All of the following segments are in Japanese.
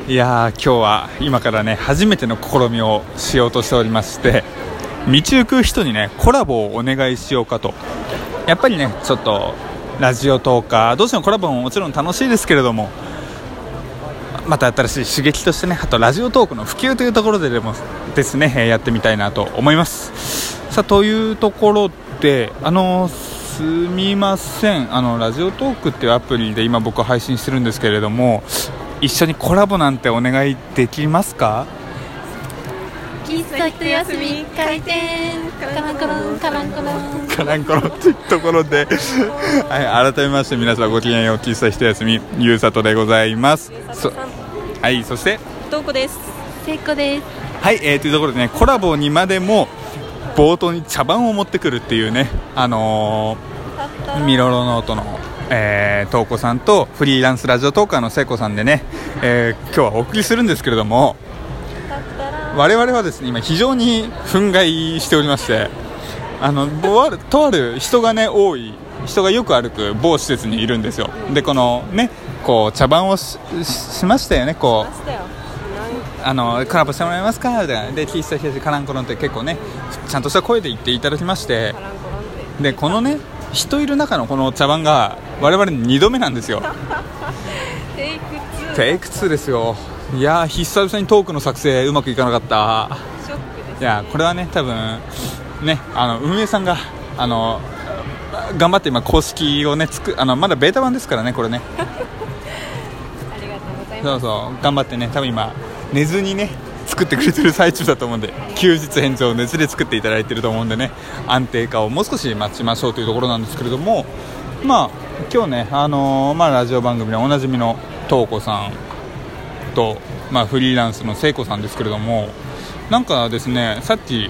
いやー、今日は今からね初めての試みをしようとしておりまして、道行く人にねコラボをお願いしようかと。やっぱりねちょっとラジオトーカーどうしてもコラボももちろん楽しいですけれども、また新しい刺激としてね、あとラジオトークの普及というところででもですね、やってみたいなと思います。さあ、というところですみません、ラジオトークっていうアプリで今僕は配信してるんですけれども、一緒にコラボなんてお願いできますか？ 喫茶一休み開店カランコロンカランコロンカランコロンというところではい、改めまして皆さんごきげんよう、喫茶一休みゆうさとでございます。はい、そしてとうこです。 せいこです。 はい、というところでね、コラボにまでも冒頭に茶番を持ってくるっていうね、ミロロノートのとうこさんとフリーランスラジオトーカーのせいこさんでね、今日はお送りするんですけれども、我々はですね今非常に憤慨しておりまして、とある人がね多い人がよく歩く某施設にいるんですよ。でこのねこう茶番を しましたよね。こうコラボしてもらえますかで喫茶一カランコロンって結構ねちゃんとした声で言っていただきまして、でこのね人いる中のこの茶番が我々2度目なんですよ。テイク2ですよ。いやー、久々にトークの作成うまくいかなかった。 ショックです。 いやこれはね多分ね運営さんが頑張って今公式をねまだベータ版ですからねこれねありがとうございます。 そう頑張ってね、多分今寝ずにね作ってくれてる最中だと思うんで、休日返上熱で作っていただいてると思うんでね、安定化をもう少し待ちましょうというところなんですけれども、まあ今日ねラジオ番組でおなじみのとうこさんと、フリーランスのせいこさんですけれども、なんかですねさっき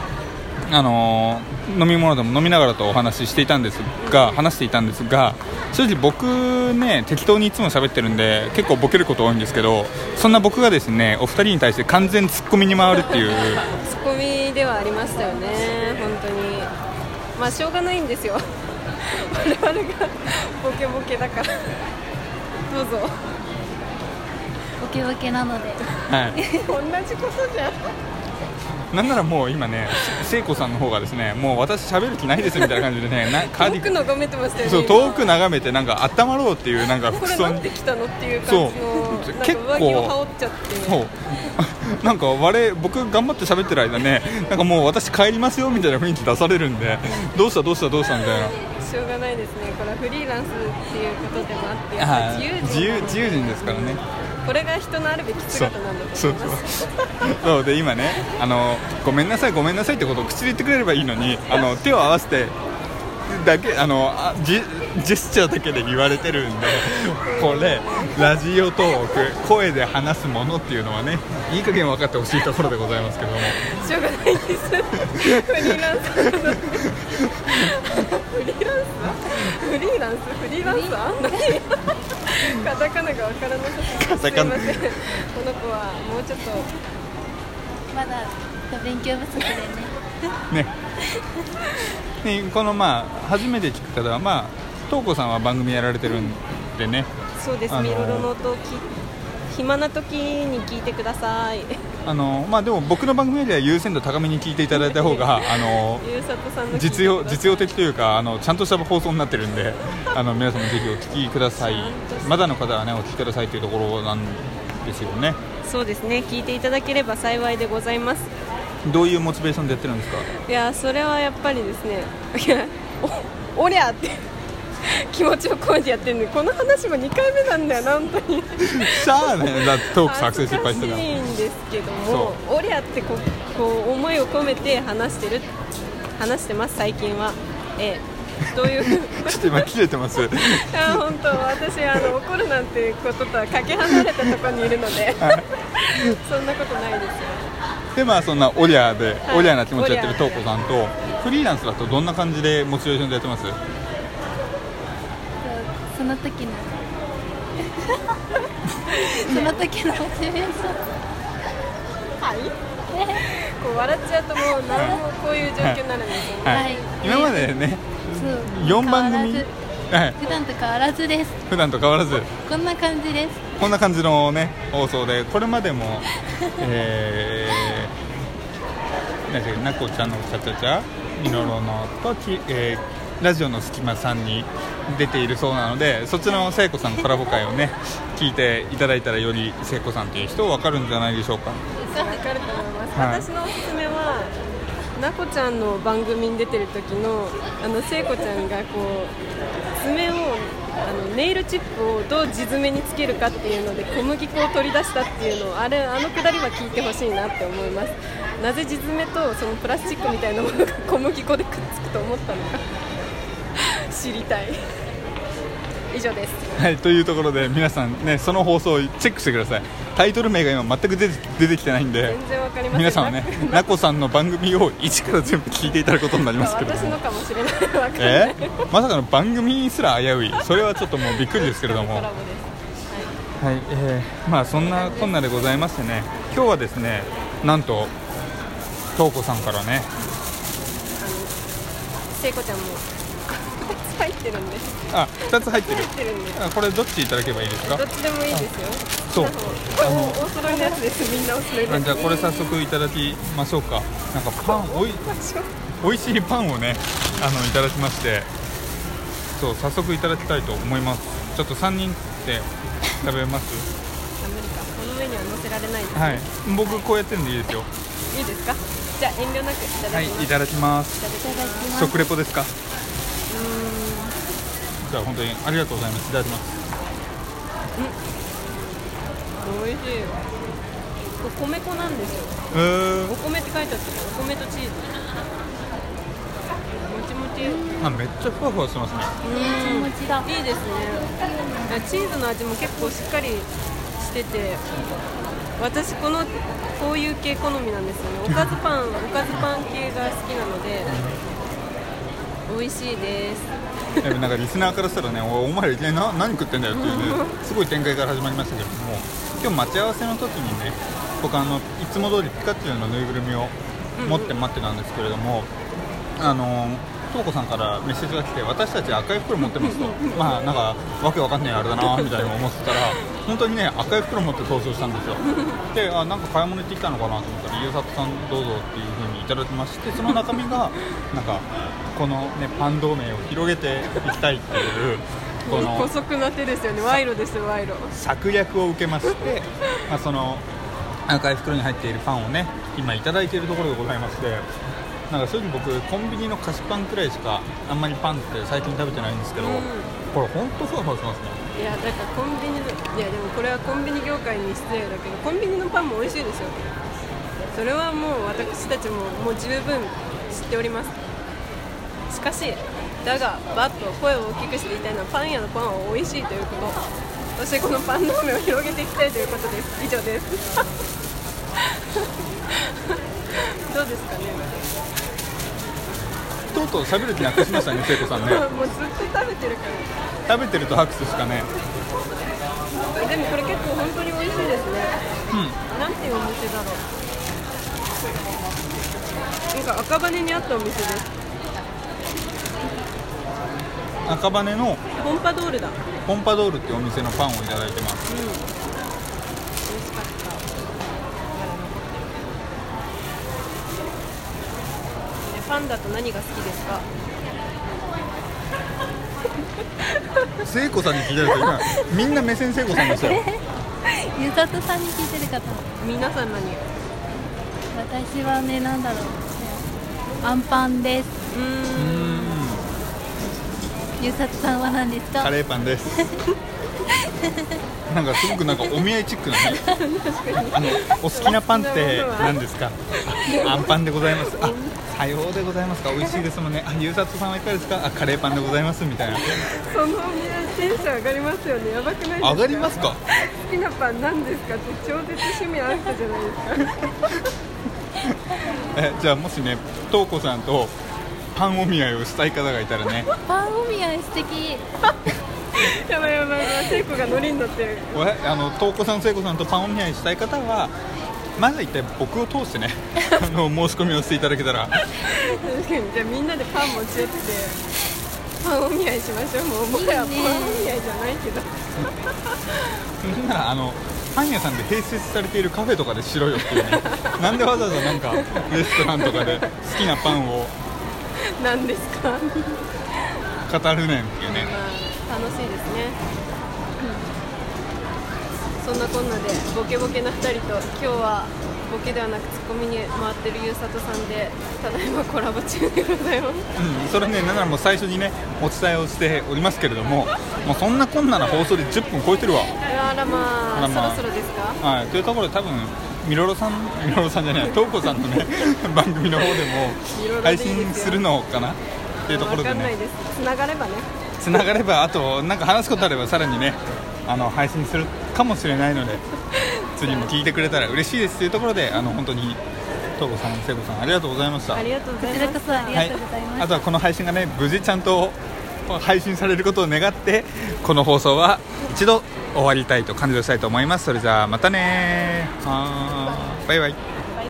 飲み物でも飲みながらと話していたんですが正直僕ね適当にいつも喋ってるんで結構ボケること多いんですけど、そんな僕がですねお二人に対して完全ツッコミに回るっていうツッコミではありましたよね。本当にしょうがないんですよ我々がボケボケだからどうぞ。 ボケボケなので、 はい、 同じことじゃん。 なんならもう今ねせいこさんの方がですねもう私喋る気ないですみたいな感じでね遠く眺めてましたよね。 そう遠く眺めてなんか温まろうっていうなんか服装これなんで来たのっていう感じの結構上着を羽織っちゃってそうなんか僕頑張って喋ってる間ねなんかもう私帰りますよみたいな雰囲気出されるんでどうしたみたいな。 しょうがないですね。これはフリーランスっていうことでもあってやっぱ自由人ですからね。 これが人のあるべき姿なんだと思います。 そうで今ねごめんなさいってことを口で言ってくれればいいのに手を合わせてだけジェスチャーだけで言われてるんでこれラジオトーク声で話すものっていうのはねいい加減分かってほしいところでございますけども、 しょうがないですフリーランスフリーランスカタカナが分からなかった。すいません。この子はもうちょっとまだ勉強不足でねこの初めて聞く方はとうこさんは番組やられてるんでね。 そうです。ミロロの音暇な時に聞いてください。 でも僕の番組よりは優先度高めに聞いていただいた方がゆうさとさんの実用的というかちゃんとした放送になってるんで皆さんもぜひお聞きください。まだの方はねお聞きくださいというところなんですよね。 そうですね。聞いていただければ幸いでございます。 どういうモチベーションでやってるんですか？ いやそれはやっぱりですねおりゃって気持ちを込めてやってるんで、この話も2回目なんだよな本当にしゃあねだってトーク作成失敗してた恥ずかしいんですけども、おりゃってこう思いを込めて話してます最近は。どういうちょっと今切れてます。 いや本当私怒るなんてこととはかけ離れたところにいるのでそんなことないですよ。 でそんなオリャーな気持ちでやってるとうこさんとフリーランスだとどんな感じでモチベーションでやってます？ その時のモチベーションはいこう笑っちゃうともう何もこういう状況になるんですよね。 はい、 今までねそう 4番組普段と変わらずです。 普段と変わらずこんな感じです。 こんな感じのね放送で、これまでもなこちゃんのチャチャチャ、みのろのとラジオの隙間さんに出ているそうなので、そっちの聖子さんコラボ会をね聞いていただいたら、より聖子さんという人分かるんじゃないでしょうか。 分かると思います、 はい、 私のおすすめはなこちゃんの番組に出てる時の聖子ちゃんがこう爪をネイルチップをどう地爪につけるかっていうので小麦粉を取り出したっていうのをあのくだりは聞いてほしいなって思います。なぜ地爪とそのプラスチックみたいなものが小麦粉でくっつくと思ったのか知りたい。以上です。 はい、というところで皆さんね、その放送をチェックしてください。タイトル名が今全く出てきてないんで、 全然わかりません。 皆さんはね、なこさんの番組を一から全部聞いていただくことになりますけども、 私のかもしれない。わかんない。 まさかの番組すら危うい、それはちょっともうびっくりですけれども、 コラボです。 はい、まあそんなこんなでございましてね、今日はですね、なんととうこさんからね、 聖子ちゃんも2つ入ってるんで。 2つ入ってる。 入ってるんで。 これどっちいただけばいいですか？ どっちでもいいですよ。 そう。 これもお揃いのやつです。みんなお揃いです。 じゃあこれ早速いただきましょうか。なんかパンおいしいパンをねいただきまして、そう早速いただきたいと思います。ちょっと3人で食べます？ 無理か。この上には乗せられないです、ね。 はい。僕こうやってるんでいいですよ。 いいですか？じゃあ遠慮なくいただきます。 はい、いただきます。食レポですか？じゃあ本当にありがとうございます。いただきます。 美味しい。これ米粉なんですよ。お米って書いてあったから、お米とチーズ。もちもち。 めっちゃふわふわしてますね。 もちもちだ。 いいですね。チーズの味も結構しっかりしてて、私こういう系好みなんですよね。おかずパン系が好きなので美味しいです。 なんかリスナーからしたらね、お前らいきなり何食ってんだよっていうね、すごい展開から始まりましたけども、今日待ち合わせの時にね、僕いつも通りピカチュウのぬいぐるみを持って待ってたんですけれども、とうこさんからメッセージが来て、私たち赤い袋持ってますとまあなんかわけわかんないあれだなみたいに思ってたら、本当にね赤い袋持って登場したんですよ。でなんか買い物行ってきたのかなと思ったら、ゆうさとさんどうぞっていう風にいただきまして、その中身がなんかこのねパン同盟を広げていきたいっていうこの姑息な手ですよね。賄賂ですよ、賄賂。 策略を受けまして、その赤い袋に入っているパンをね今いただいているところでございまして、なんか正直僕コンビニの菓子パンくらいしかあんまりパンって最近食べてないんですけど、これ本当ふわふわしますね。 いやだからコンビニの、いやでもこれはコンビニ業界に失礼だけど、コンビニのパンも美味しいですよ。それはもう私たちももう十分知っております。しかしだがバッと声を大きくして言いたいのは、パン屋のパンは美味しいということ、そしてこのパン同盟を広げていきたいということです。以上ですどうですかね。 とうとう喋る気なくしましたね、聖子さんね。 もうずっと食べてるか食べてると拍手しかね。 ら。でもこれ結構本当に美味しいですね。なんていうお店だろう。なんか赤羽にあったお店です。 赤羽のポンパドールだ。 ポンパドールっていうお店のパンをいただいてます。 美味しかった。パンだと何が好きですか？ 聖子さんに聞いてると今みんな目線聖子さんでしたよ。 ゆさとさんに聞いてる方。 皆さん何？ 私はね、なんだろう、アンパンです。ゆさとさんは何ですか？ カレーパンですなんかすごくなんかお見合いチックなねお好きなパンって何ですか？アンパンでございます。さようでございますか。美味しいですもんね。ゆうさとさんはいかがですか？カレーパンでございますみたいな。 そのお見合いテンション上がりますよね。やばくないですか？ 上がりますか？ 好きなパン何ですかって超絶趣味ある人じゃないですかじゃあもしね、とうこさんとパンお見合いをしたい方がいたらねパンお見合い素敵やばいやばいやばい、聖子がノリに乗ってる。 とうこさん、聖子さんとパンお見合いしたい方はまず一体僕を通してね申し込みをしていただけたら確かに。じゃあみんなでパン持ち寄ってパンお見合いしましょう。もはやパンお見合いじゃないけどそんならパン屋さんで併設されているカフェとかでしろよっていうねなんでわざわざなんかレストランとかで好きなパンを何ですか語るねんっていうね。 まあ、楽しいですね、そんなこんなでボケボケな2人と今日はボケではなくツッコミに回ってるゆうさとさんでただいまコラボ中でございます、 それね、なんならもう最初にねお伝えをしておりますけれども、もうそんなこんなな放送で10分超えてるわ。 あらまあ、そろそろですか。 はい、というところで多分ミロロさんじゃないトウコさんのね番組の方でも配信するのかなっていうところでね、 分かんないです。つながれば、 あとなんか話すことあればさらにね配信するかもしれないので次も聞いてくれたら嬉しいですというところで本当にトウコさん、聖子さんありがとうございました。 ありがとうございます。 こちらこそありがとうございます、 はい、あとはこの配信がね無事ちゃんと配信されることを願ってこの放送は一度終わりたいと感じしたいと思います。それじゃあまたね、バイバイ。